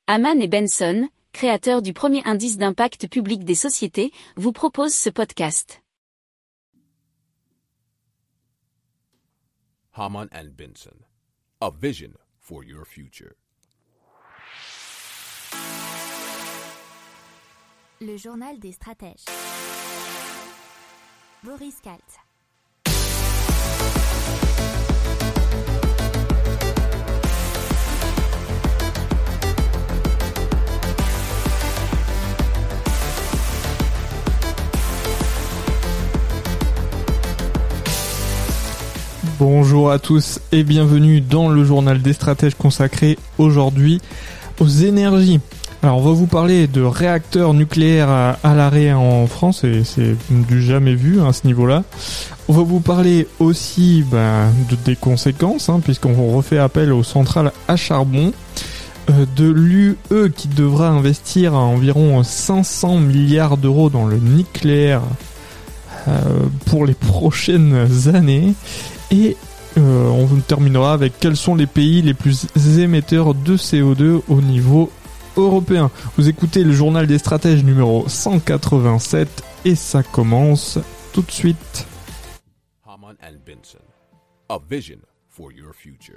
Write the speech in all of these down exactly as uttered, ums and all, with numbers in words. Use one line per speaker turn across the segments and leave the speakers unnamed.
Hamann et Benson, créateurs du premier indice d'impact public des sociétés, vous proposent ce podcast.
Hamann and Benson, a vision for your future.
Le journal des stratèges. Boris Kalt.
Bonjour à tous et bienvenue dans le journal des stratèges consacré aujourd'hui aux énergies. Alors on va vous parler de réacteurs nucléaires à, à l'arrêt en France et c'est du jamais vu hein, à ce niveau-là. On va vous parler aussi bah, de, des conséquences hein, puisqu'on refait appel aux centrales à charbon. Euh, de l'U E qui devra investir à environ cinq cents milliards d'euros dans le nucléaire euh, pour les prochaines années. Et euh, on terminera avec quels sont les pays les plus émetteurs de C O deux au niveau européen. Vous écoutez le journal des stratèges numéro cent quatre-vingt-sept et ça commence tout de suite.
Hamann and Benson, a vision for your future.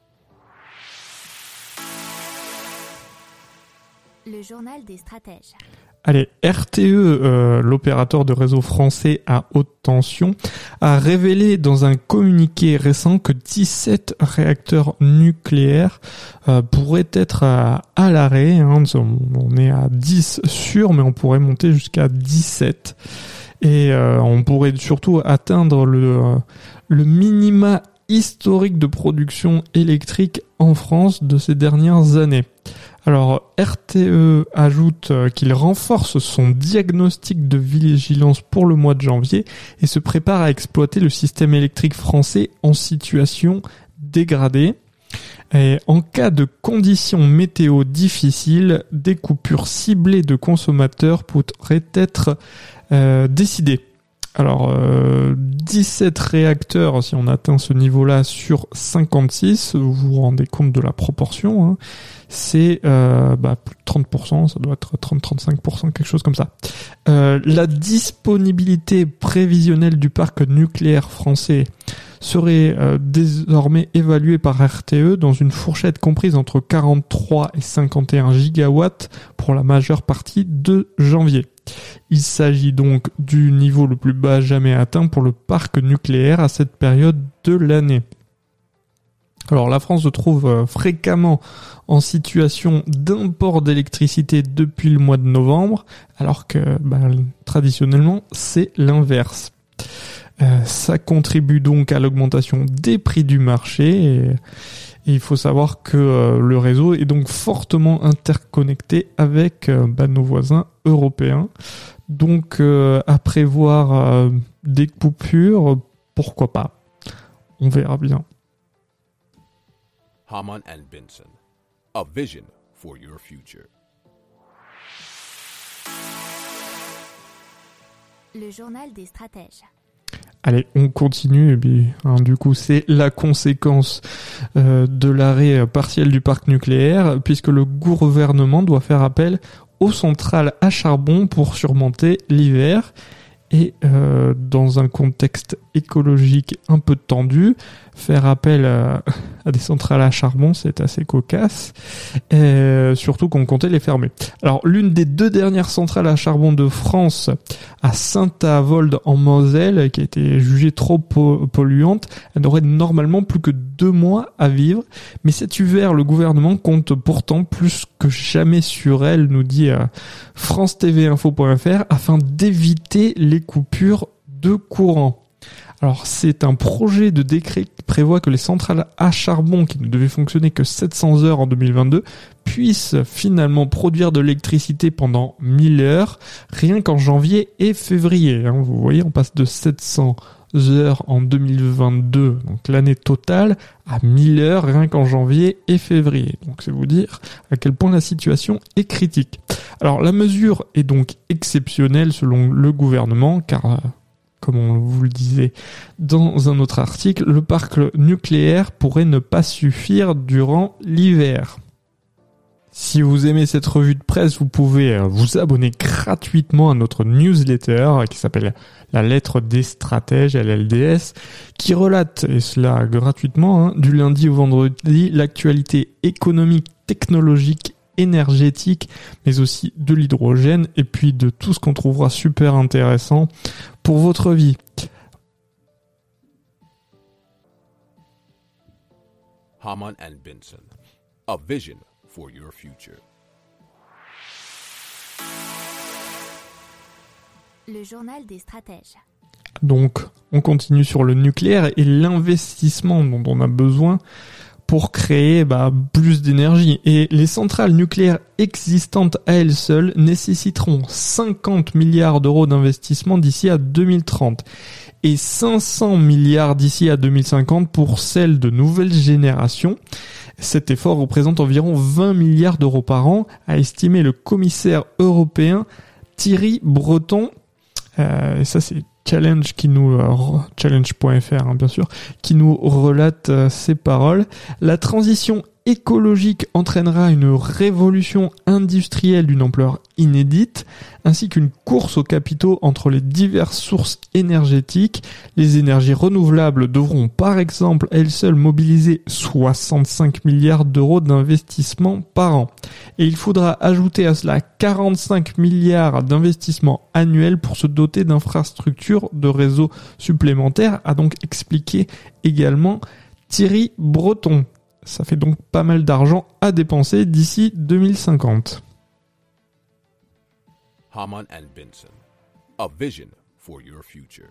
Le journal des stratèges.
Allez, R T E, euh, l'opérateur de réseau français à haute tension, a révélé dans un communiqué récent que dix-sept réacteurs nucléaires euh, pourraient être à, à l'arrêt. Hein. On est à dix sûrs, mais on pourrait monter jusqu'à dix-sept. Et euh, on pourrait surtout atteindre le, euh, le minima historique de production électrique en France de ces dernières années. Alors, R T E ajoute qu'il renforce son diagnostic de vigilance pour le mois de janvier et se prépare à exploiter le système électrique français en situation dégradée. Et en cas de conditions météo difficiles, des coupures ciblées de consommateurs pourraient être euh, décidées. Alors, euh, dix-sept réacteurs, si on atteint ce niveau-là sur cinquante-six, vous vous rendez compte de la proportion, hein, c'est euh, bah, plus de trente pour cent, ça doit être trente à trente-cinq pour cent, quelque chose comme ça. Euh, la disponibilité prévisionnelle du parc nucléaire français serait euh, désormais évaluée par R T E dans une fourchette comprise entre quarante-trois et cinquante et un gigawatts pour la majeure partie de janvier. Il s'agit donc du niveau le plus bas jamais atteint pour le parc nucléaire à cette période de l'année. Alors la France se trouve fréquemment en situation d'import d'électricité depuis le mois de novembre, alors que bah, traditionnellement c'est l'inverse. Euh, ça contribue donc à l'augmentation des prix du marché et, et il faut savoir que euh, le réseau est donc fortement interconnecté avec euh, bah, nos voisins européens. Donc euh, à prévoir euh, des coupures, pourquoi pas. On verra bien.
Hamann and Benson, a vision for your future.
Le journal des stratèges.
Allez, on continue. Et puis, hein, du coup, c'est la conséquence euh, de l'arrêt partiel du parc nucléaire, puisque le gouvernement doit faire appel aux centrales à charbon pour surmonter l'hiver. Et euh, dans un contexte écologique un peu tendu, faire appel à, à des centrales à charbon, c'est assez cocasse, et surtout qu'on comptait les fermer. Alors, l'une des deux dernières centrales à charbon de France, à Saint-Avold en Moselle, qui a été jugée trop po- polluante, elle n'aurait normalement plus que deux mois à vivre. Mais cet hiver, le gouvernement compte pourtant plus que jamais sur elle, nous dit euh, France T V Info point F R, afin d'éviter les coupures de courant. Alors, c'est un projet de décret qui prévoit que les centrales à charbon, qui ne devaient fonctionner que sept cents heures en deux mille vingt-deux, puissent finalement produire de l'électricité pendant mille heures, rien qu'en janvier et février. Hein, vous voyez, on passe de sept cents heures en deux mille vingt-deux, donc l'année totale, à mille heures rien qu'en janvier et février. Donc c'est vous dire à quel point la situation est critique. Alors la mesure est donc exceptionnelle selon le gouvernement, car comme on vous le disait dans un autre article, le parc nucléaire pourrait ne pas suffire durant l'hiver. Si vous aimez cette revue de presse, vous pouvez vous abonner gratuitement à notre newsletter qui s'appelle La Lettre des Stratèges, L L D S, qui relate, et cela gratuitement, hein, du lundi au vendredi, l'actualité économique, technologique, énergétique, mais aussi de l'hydrogène et puis de tout ce qu'on trouvera super intéressant pour votre vie.
Hamann and Benson, a vision for your future.
Le journal des stratèges.
Donc, on continue sur le nucléaire et l'investissement dont on a besoin pour créer bah, plus d'énergie. Et les centrales nucléaires existantes à elles seules nécessiteront cinquante milliards d'euros d'investissement d'ici à deux mille trente et cinq cents milliards d'ici à deux mille cinquante pour celles de nouvelle génération. Cet effort représente environ vingt milliards d'euros par an, a estimé le commissaire européen Thierry Breton. Euh, et ça, c'est Challenge qui nous euh, challenge point f r hein, bien sûr, qui nous relate euh, ces paroles. La transition écologique entraînera une révolution industrielle d'une ampleur inédite, ainsi qu'une course aux capitaux entre les diverses sources énergétiques. Les énergies renouvelables devront par exemple elles seules mobiliser soixante-cinq milliards d'euros d'investissement par an. Et il faudra ajouter à cela quarante-cinq milliards d'investissements annuels pour se doter d'infrastructures de réseaux supplémentaires, a donc expliqué également Thierry Breton. Ça fait donc pas mal d'argent à dépenser d'ici deux mille cinquante.
Hamann and Benson, a vision for your future.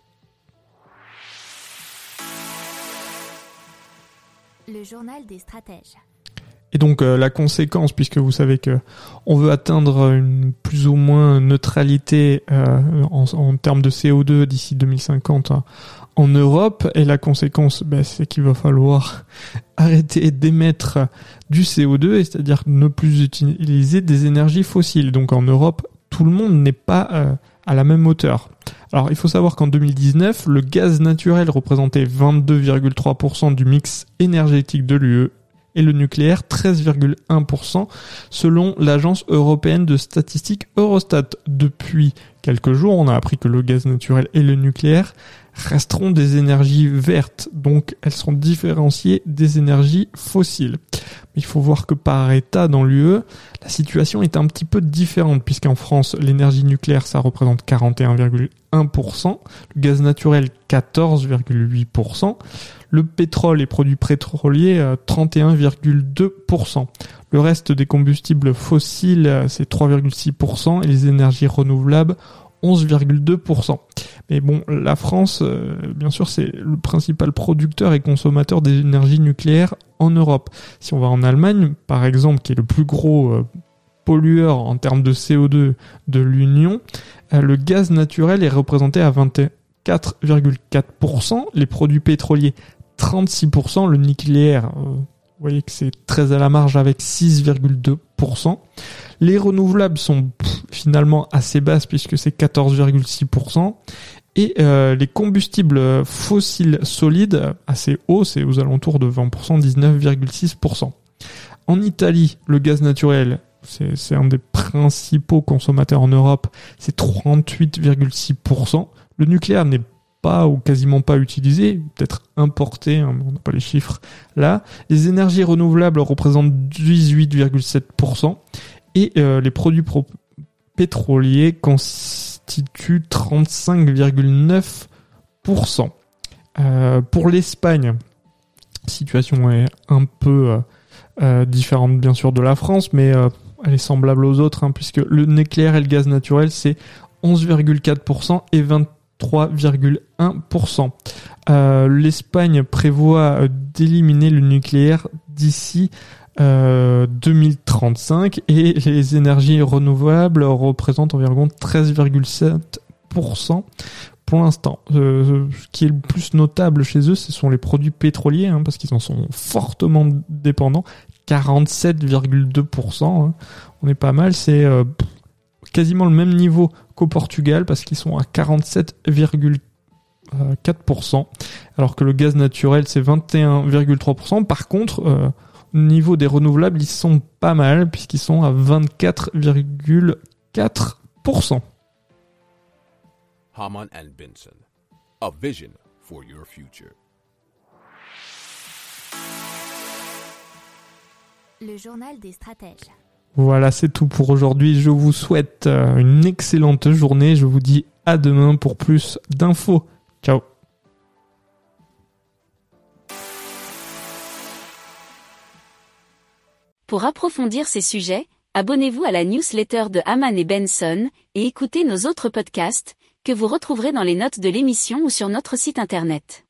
Le journal des stratèges.
Et donc euh, la conséquence, puisque vous savez que on veut atteindre une plus ou moins neutralité euh, en, en termes de C O deux d'ici deux mille cinquante hein, en Europe, et la conséquence, ben, c'est qu'il va falloir arrêter d'émettre du C O deux, et c'est-à-dire ne plus utiliser des énergies fossiles. Donc en Europe, tout le monde n'est pas euh, à la même hauteur. Alors il faut savoir qu'en deux mille dix-neuf, le gaz naturel représentait vingt-deux virgule trois pour cent du mix énergétique de l'U E et le nucléaire treize virgule un pour cent selon l'agence européenne de statistiques Eurostat. Depuis quelques jours, on a appris que le gaz naturel et le nucléaire resteront des énergies vertes, donc elles seront différenciées des énergies fossiles. Mais il faut voir que par État dans l'U E, la situation est un petit peu différente, puisqu'en France, l'énergie nucléaire, ça représente quarante et un virgule un pour cent, le gaz naturel quatorze virgule huit pour cent, le pétrole et produits pétroliers trente et un virgule deux pour cent. Le reste des combustibles fossiles, c'est trois virgule six pour cent et les énergies renouvelables onze virgule deux pour cent. Mais bon, la France, euh, bien sûr, c'est le principal producteur et consommateur des énergies nucléaires en Europe. Si on va en Allemagne, par exemple, qui est le plus gros euh, pollueur en termes de C O deux de l'Union, euh, le gaz naturel est représenté à vingt-quatre virgule quatre pour cent, les produits pétroliers trente-six pour cent, le nucléaire, euh, vous voyez que c'est très à la marge avec six virgule deux pour cent. Les renouvelables sont pff, finalement assez basses puisque c'est quatorze virgule six pour cent. Et euh, les combustibles fossiles solides, assez hauts, c'est aux alentours de vingt pour cent, dix-neuf virgule six pour cent. En Italie, le gaz naturel, c'est, c'est un des principaux consommateurs en Europe, c'est trente-huit virgule six pour cent. Le nucléaire n'est pas ou quasiment pas utilisé, peut-être importé, hein, on n'a pas les chiffres là. Les énergies renouvelables représentent dix-huit virgule sept pour cent et euh, les produits pro- pétroliers constituent trente-cinq virgule neuf pour cent. Euh, pour l'Espagne, la situation est un peu euh, euh, différente bien sûr de la France, mais euh, elle est semblable aux autres, hein, puisque le nucléaire et le gaz naturel c'est onze virgule quatre pour cent et vingt-trois virgule un pour cent. Euh, L'Espagne prévoit d'éliminer le nucléaire d'ici euh, deux mille trente-cinq et les énergies renouvelables représentent environ treize virgule sept pour cent pour l'instant. Euh, ce qui est le plus notable chez eux, ce sont les produits pétroliers, hein, parce qu'ils en sont fortement dépendants, quarante-sept virgule deux pour cent. Hein. On est pas mal, c'est euh, quasiment le même niveau qu'au Portugal, parce qu'ils sont à quarante-sept virgule quatre pour cent, alors que le gaz naturel, c'est vingt et un virgule trois pour cent. Par contre, euh, niveau des renouvelables, ils sont pas mal puisqu'ils sont à vingt-quatre virgule quatre pour cent.
Hamann and Benson, a vision for your future.
Le journal des stratèges.
Voilà, c'est tout pour aujourd'hui. Je vous souhaite une excellente journée. Je vous dis à demain pour plus d'infos. Ciao.
Pour approfondir ces sujets, abonnez-vous à la newsletter de Hamann et Benson et écoutez nos autres podcasts que vous retrouverez dans les notes de l'émission ou sur notre site internet.